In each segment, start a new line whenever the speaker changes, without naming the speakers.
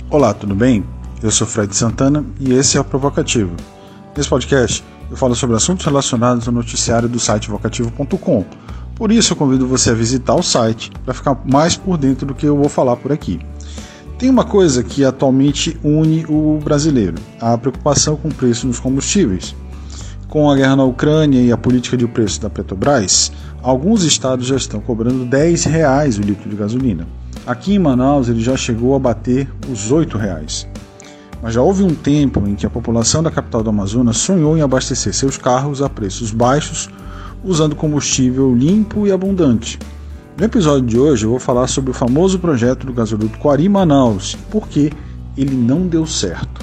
Olá, tudo bem? Eu sou Fred Santana e esse é o Provocativo. Nesse podcast eu falo sobre assuntos relacionados ao noticiário do site vocativo.com. Por isso eu convido você a visitar o site para ficar mais por dentro do que eu vou falar por aqui. Tem uma coisa que atualmente une o brasileiro, a preocupação com o preço dos combustíveis. Com a guerra na Ucrânia e a política de preço da Petrobras, alguns estados já estão cobrando R$10 o litro de gasolina. Aqui em Manaus ele já chegou a bater os R$8. Mas já houve um tempo em que a população da capital do Amazonas sonhou em abastecer seus carros a preços baixos, usando combustível limpo e abundante. No episódio de hoje eu vou falar sobre o famoso projeto do gasoduto Coari-Manaus e por que ele não deu certo.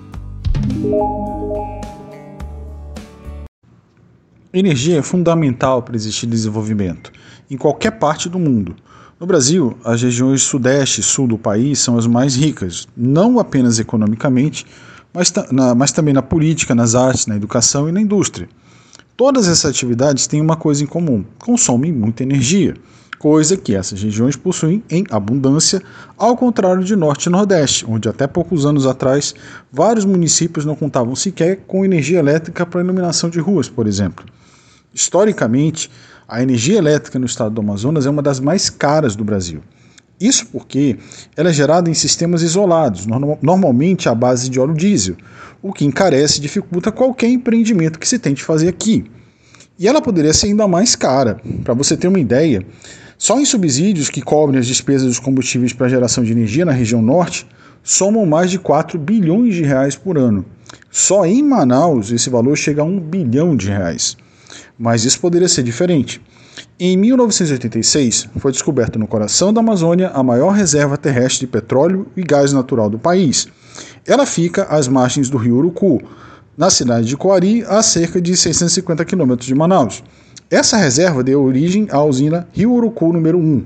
Energia é fundamental para existir desenvolvimento em qualquer parte do mundo. No Brasil, as regiões sudeste e sul do país são as mais ricas, não apenas economicamente, mas também na política, nas artes, na educação e na indústria. Todas essas atividades têm uma coisa em comum: consomem muita energia, coisa que essas regiões possuem em abundância, ao contrário de Norte e Nordeste, onde até poucos anos atrás vários municípios não contavam sequer com energia elétrica para iluminação de ruas, por exemplo. Historicamente, a energia elétrica no estado do Amazonas é uma das mais caras do Brasil. Isso porque ela é gerada em sistemas isolados, normalmente à base de óleo diesel, o que encarece e dificulta qualquer empreendimento que se tente fazer aqui. E ela poderia ser ainda mais cara. Para você ter uma ideia, só em subsídios que cobrem as despesas dos combustíveis para geração de energia na região norte, somam mais de R$4 bilhões por ano. Só em Manaus esse valor chega a R$1 bilhão. Mas isso poderia ser diferente. Em 1986, foi descoberta no coração da Amazônia a maior reserva terrestre de petróleo e gás natural do país. Ela fica às margens do rio Urucu, na cidade de Coari, a cerca de 650 quilômetros de Manaus. Essa reserva deu origem à usina Rio Urucu número 1.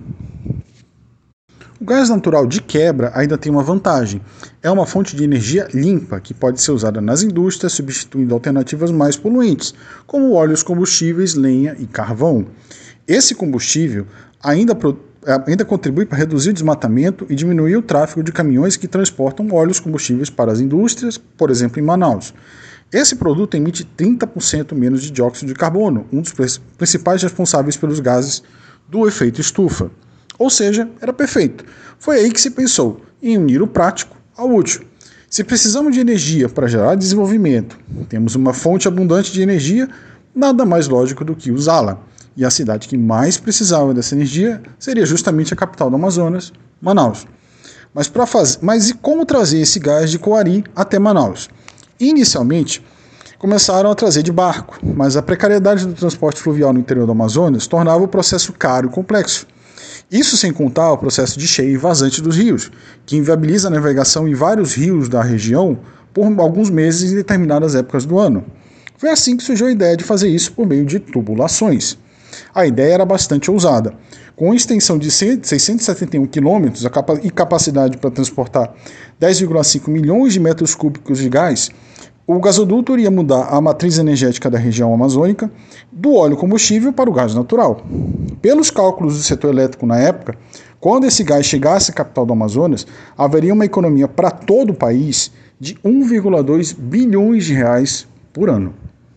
O gás natural de quebra ainda tem uma vantagem. É uma fonte de energia limpa que pode ser usada nas indústrias, substituindo alternativas mais poluentes, como óleos combustíveis, lenha e carvão. Esse combustível ainda contribui para reduzir o desmatamento e diminuir o tráfego de caminhões que transportam óleos combustíveis para as indústrias, por exemplo, em Manaus. Esse produto emite 30% menos de dióxido de carbono, um dos principais responsáveis pelos gases do efeito estufa. Ou seja, era perfeito. Foi aí que se pensou em unir o prático ao útil. Se precisamos de energia para gerar desenvolvimento, temos uma fonte abundante de energia, nada mais lógico do que usá-la. E a cidade que mais precisava dessa energia seria justamente a capital do Amazonas, Manaus. Mas e como trazer esse gás de Coari até Manaus? Inicialmente, começaram a trazer de barco, mas a precariedade do transporte fluvial no interior do Amazonas tornava o processo caro e complexo. Isso sem contar o processo de cheia e vazante dos rios, que inviabiliza a navegação em vários rios da região por alguns meses em determinadas épocas do ano. Foi assim que surgiu a ideia de fazer isso por meio de tubulações. A ideia era bastante ousada. Com uma extensão de 671 quilômetros e capacidade para transportar 10,5 milhões de metros cúbicos de gás, o gasoduto iria mudar a matriz energética da região amazônica do óleo combustível para o gás natural. Pelos cálculos do setor elétrico na época, quando esse gás chegasse à capital do Amazonas, haveria uma economia para todo o país de R$1,2 bilhões por ano.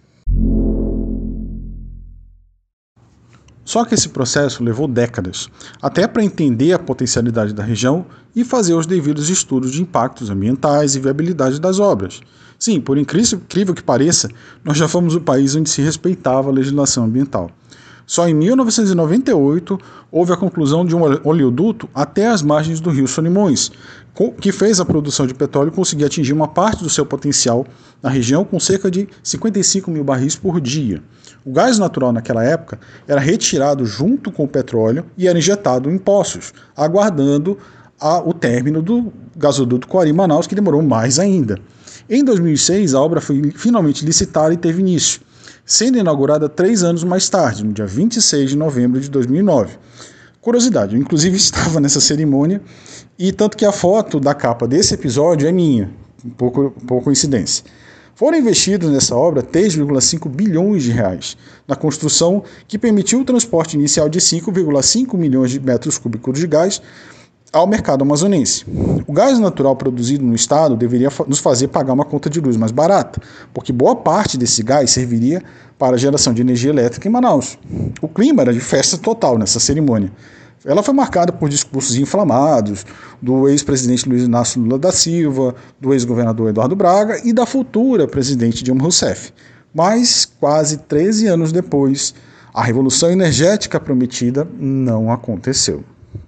Só que esse processo levou décadas, até para entender a potencialidade da região e fazer os devidos estudos de impactos ambientais e viabilidade das obras. Sim, por incrível que pareça, nós já fomos o país onde se respeitava a legislação ambiental. Só em 1998 houve a conclusão de um oleoduto até as margens do rio Solimões, que fez a produção de petróleo conseguir atingir uma parte do seu potencial na região com cerca de 55 mil barris por dia. O gás natural naquela época era retirado junto com o petróleo e era injetado em poços, aguardando o término do gasoduto Coari-Manaus, que demorou mais ainda. Em 2006, a obra foi finalmente licitada e teve início, sendo inaugurada 3 anos mais tarde, no dia 26 de novembro de 2009. Curiosidade, eu inclusive estava nessa cerimônia, e tanto que a foto da capa desse episódio é minha, por coincidência. Foram investidos nessa obra R$3,5 bilhões na construção, que permitiu o transporte inicial de 5,5 milhões de metros cúbicos de gás ao mercado amazonense. O gás natural produzido no estado deveria nos fazer pagar uma conta de luz mais barata, porque boa parte desse gás serviria para a geração de energia elétrica em Manaus. O clima era de festa total nessa cerimônia. Ela foi marcada por discursos inflamados do ex-presidente Luiz Inácio Lula da Silva, do ex-governador Eduardo Braga e da futura presidente Dilma Rousseff. Mas, quase 13 anos depois, a revolução energética prometida não aconteceu.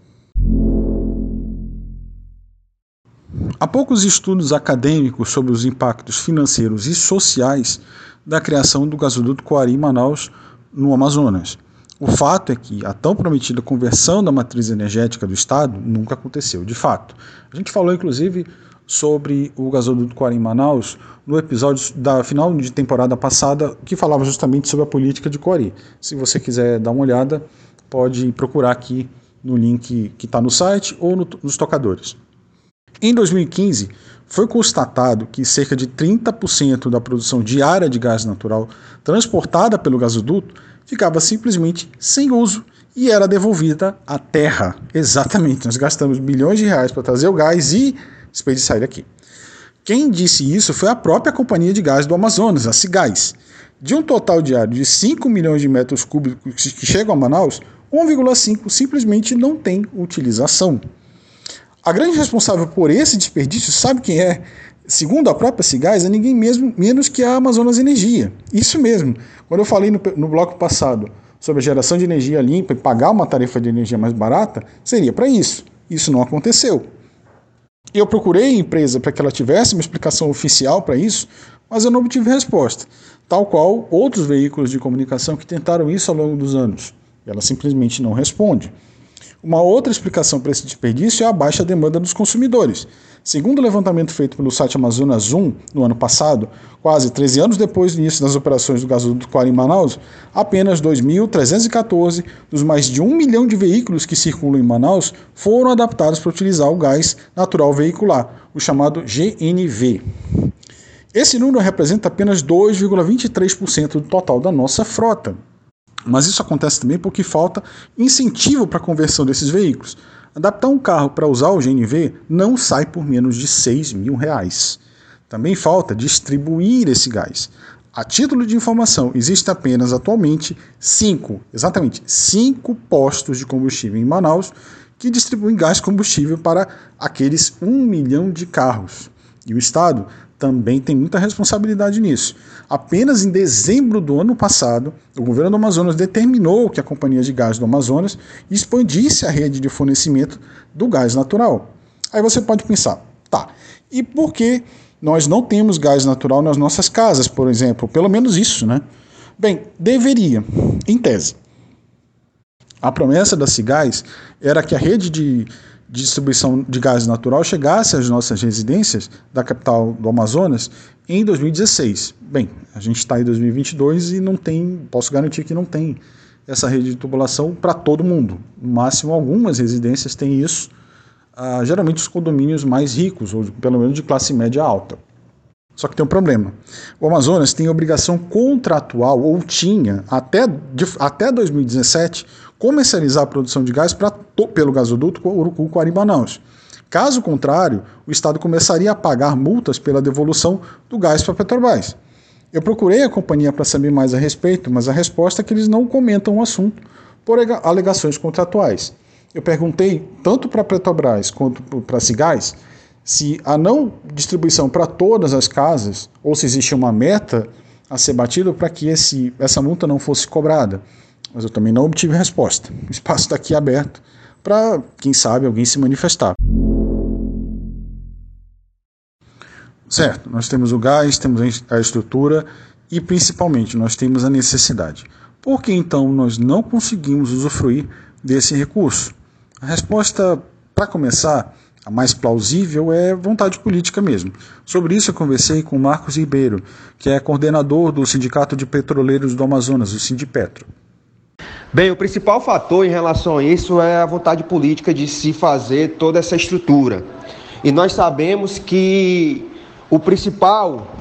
Há poucos estudos acadêmicos sobre os impactos financeiros e sociais da criação do gasoduto Coari-Manaus no Amazonas. O fato é que a tão prometida conversão da matriz energética do estado nunca aconteceu, de fato. A gente falou, inclusive, sobre o gasoduto Coari-Manaus no episódio da final de temporada passada, que falava justamente sobre a política de Coari. Se você quiser dar uma olhada, pode procurar aqui no link que está no site ou nos tocadores. Em 2015, foi constatado que cerca de 30% da produção diária de gás natural transportada pelo gasoduto ficava simplesmente sem uso e era devolvida à terra. Exatamente, nós gastamos bilhões de reais para trazer o gás e desperdiçar ele aqui. Quem disse isso foi a própria Companhia de Gás do Amazonas, a Cigás. De um total diário de 5 milhões de metros cúbicos que chegam a Manaus, 1,5 simplesmente não tem utilização. A grande responsável por esse desperdício, sabe quem é? Segundo a própria Cigás, é ninguém menos que a Amazonas Energia. Isso mesmo. Quando eu falei no bloco passado sobre a geração de energia limpa e pagar uma tarifa de energia mais barata, seria para isso. Isso não aconteceu. Eu procurei a empresa para que ela tivesse uma explicação oficial para isso, mas eu não obtive resposta, tal qual outros veículos de comunicação que tentaram isso ao longo dos anos. Ela simplesmente não responde. Uma outra explicação para esse desperdício é a baixa demanda dos consumidores. Segundo o levantamento feito pelo site Amazonas 1 no ano passado, quase 13 anos depois do início das operações do gasoduto Coari em Manaus, apenas 2.314 dos mais de 1 milhão de veículos que circulam em Manaus foram adaptados para utilizar o gás natural veicular, o chamado GNV. Esse número representa apenas 2,23% do total da nossa frota. Mas isso acontece também porque falta incentivo para a conversão desses veículos. Adaptar um carro para usar o GNV não sai por menos de R$6.000. Também falta distribuir esse gás. A título de informação, existem apenas atualmente 5 postos de combustível em Manaus que distribuem gás combustível para aqueles 1 milhão de carros. E o Estado também tem muita responsabilidade nisso. Apenas em dezembro do ano passado, o governo do Amazonas determinou que a Companhia de Gás do Amazonas expandisse a rede de fornecimento do gás natural. Aí você pode pensar, tá, e por que nós não temos gás natural nas nossas casas, por exemplo? Pelo menos isso, né? Bem, deveria, em tese. A promessa da Cigás era que a rede de distribuição de gás natural chegasse às nossas residências da capital do Amazonas em 2016. Bem, a gente está em 2022 e não tem, posso garantir que não tem essa rede de tubulação para todo mundo. No máximo, algumas residências têm isso, geralmente os condomínios mais ricos, ou pelo menos de classe média alta. Só que tem um problema. O Amazonas tem obrigação contratual, ou tinha, até 2017, comercializar a produção de gás pelo gasoduto Urucu-Coari-Manaus. Caso contrário, o Estado começaria a pagar multas pela devolução do gás para a Petrobras. Eu procurei a companhia para saber mais a respeito, mas a resposta é que eles não comentam o assunto por alegações contratuais. Eu perguntei tanto para a Petrobras quanto para a Cigás se a não distribuição para todas as casas, ou se existia uma meta a ser batida para que essa multa não fosse cobrada. Mas eu também não obtive resposta. O espaço está aqui aberto para, quem sabe, alguém se manifestar. Certo, nós temos o gás, temos a estrutura e, principalmente, nós temos a necessidade. Por que, então, nós não conseguimos usufruir desse recurso? A resposta, para começar, a mais plausível é vontade política mesmo. Sobre isso eu conversei com o Marcos Ribeiro, que é coordenador do Sindicato de Petroleiros do Amazonas, o Sindipetro.
Bem, o principal fator em relação a isso é a vontade política de se fazer toda essa estrutura. E nós sabemos que o principal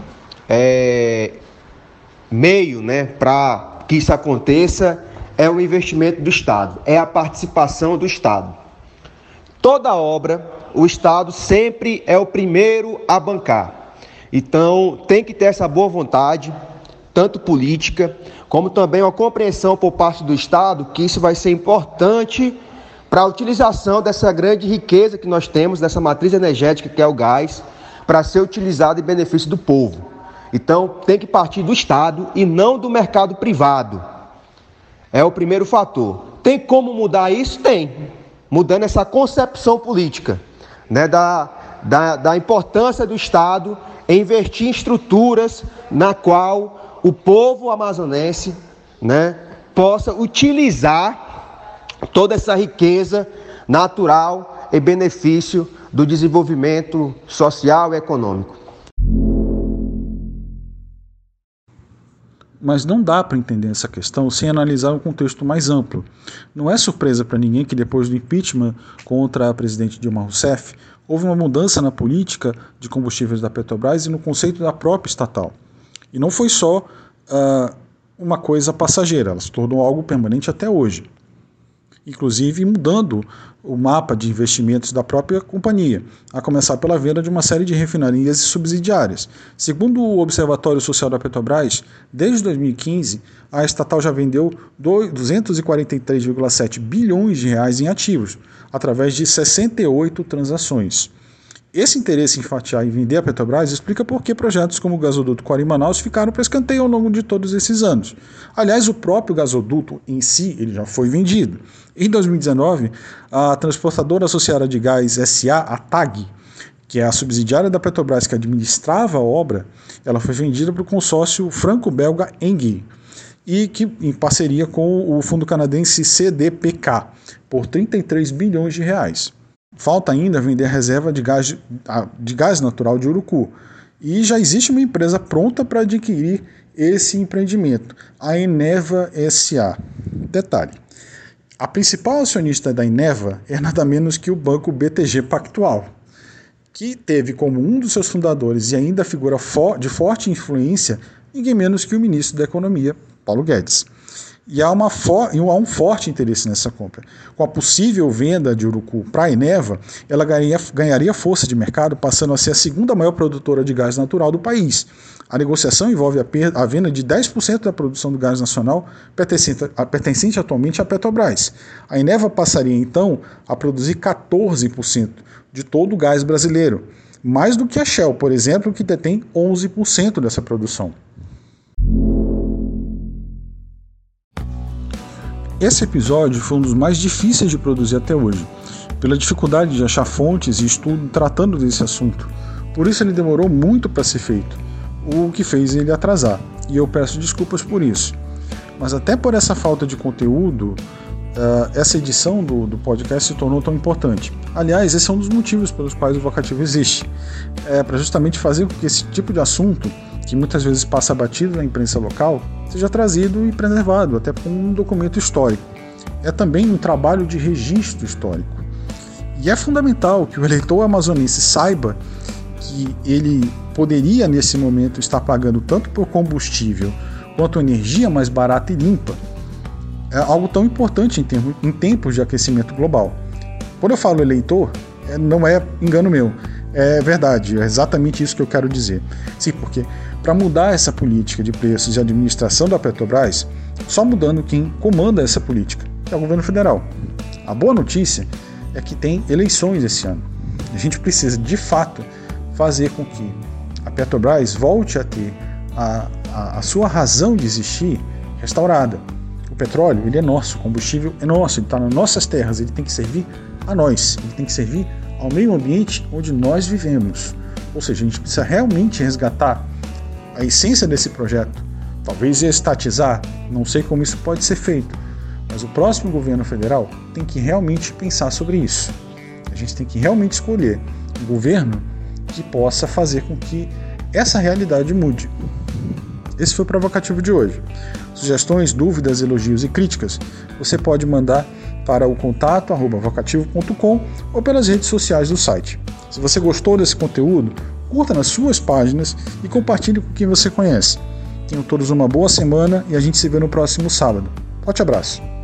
meio, para que isso aconteça é o investimento do Estado, é a participação do Estado. toda obra, o Estado sempre é o primeiro a bancar. Então, tem que ter essa boa vontade, tanto política, como também uma compreensão por parte do Estado, que isso vai ser importante para a utilização dessa grande riqueza que nós temos, dessa matriz energética que é o gás, para ser utilizado em benefício do povo. Então, tem que partir do Estado e não do mercado privado. É o primeiro fator. Tem como mudar isso? Tem. Mudando essa concepção política, né, da importância do Estado em investir em estruturas na qual o povo amazonense, né, possa utilizar toda essa riqueza natural em benefício do desenvolvimento social e econômico.
Mas não dá para entender essa questão sem analisar um contexto mais amplo. Não é surpresa para ninguém que depois do impeachment contra a presidente Dilma Rousseff, houve uma mudança na política de combustíveis da Petrobras e no conceito da própria estatal. E não foi só uma coisa passageira, ela se tornou algo permanente até hoje. Inclusive mudando o mapa de investimentos da própria companhia, a começar pela venda de uma série de refinarias e subsidiárias. Segundo o Observatório Social da Petrobras, desde 2015, a estatal já vendeu 243,7 bilhões de reais em ativos, através de 68 transações. Esse interesse em fatiar e vender a Petrobras explica por que projetos como o gasoduto Corim-Manaus ficaram para escanteio ao longo de todos esses anos. Aliás, o próprio gasoduto em si ele já foi vendido. Em 2019, a transportadora associada de gás SA, a TAG, que é a subsidiária da Petrobras que administrava a obra, ela foi vendida para o consórcio franco-belga Engie, e que em parceria com o fundo canadense CDPQ, por 33 bilhões de reais. Falta ainda vender a reserva de gás natural de Urucu. E já existe uma empresa pronta para adquirir esse empreendimento, a Eneva SA. Detalhe, a principal acionista da Eneva é nada menos que o banco BTG Pactual, que teve como um dos seus fundadores e ainda figura de forte influência ninguém menos que o ministro da Economia, Paulo Guedes. E há um forte interesse nessa compra. Com a possível venda de Urucu para a Eneva, ela ganharia força de mercado, passando a ser a segunda maior produtora de gás natural do país. A negociação envolve a venda de 10% da produção do gás nacional pertencente atualmente à Petrobras. A Eneva passaria então a produzir 14% de todo o gás brasileiro, mais do que a Shell, por exemplo, que detém 11% dessa produção. Esse episódio foi um dos mais difíceis de produzir até hoje, pela dificuldade de achar fontes e estudo tratando desse assunto. Por isso ele demorou muito para ser feito, o que fez ele atrasar, e eu peço desculpas por isso. Mas até por essa falta de conteúdo, essa edição do podcast se tornou tão importante. Aliás, esse é um dos motivos pelos quais o Vocativo existe. Para justamente fazer com que esse tipo de assunto, que muitas vezes passa batido na imprensa local, seja trazido e preservado, até como um documento histórico. É também um trabalho de registro histórico. E é fundamental que o eleitor amazonense saiba que ele poderia, nesse momento, estar pagando tanto por combustível quanto energia mais barata e limpa. É algo tão importante em tempos de aquecimento global. Quando eu falo eleitor, não é engano meu, é verdade, é exatamente isso que eu quero dizer. Sim, porque para mudar essa política de preços e administração da Petrobras, só mudando quem comanda essa política, que é o governo federal. A boa notícia é que tem eleições esse ano. A gente precisa, de fato, fazer com que a Petrobras volte a ter a sua razão de existir restaurada. O petróleo, ele é nosso, o combustível é nosso, ele está nas nossas terras, ele tem que servir a nós, ele tem que servir ao meio ambiente onde nós vivemos. Ou seja, a gente precisa realmente resgatar a essência desse projeto, talvez estatizar, não sei como isso pode ser feito, mas o próximo governo federal tem que realmente pensar sobre isso. A gente tem que realmente escolher um governo que possa fazer com que essa realidade mude. Esse foi o Provocativo de hoje. Sugestões, dúvidas, elogios e críticas você pode mandar para o contato@vocativo.com ou pelas redes sociais do site. Se você gostou desse conteúdo, curta nas suas páginas e compartilhe com quem você conhece. Tenham todos uma boa semana e a gente se vê no próximo sábado. Forte abraço!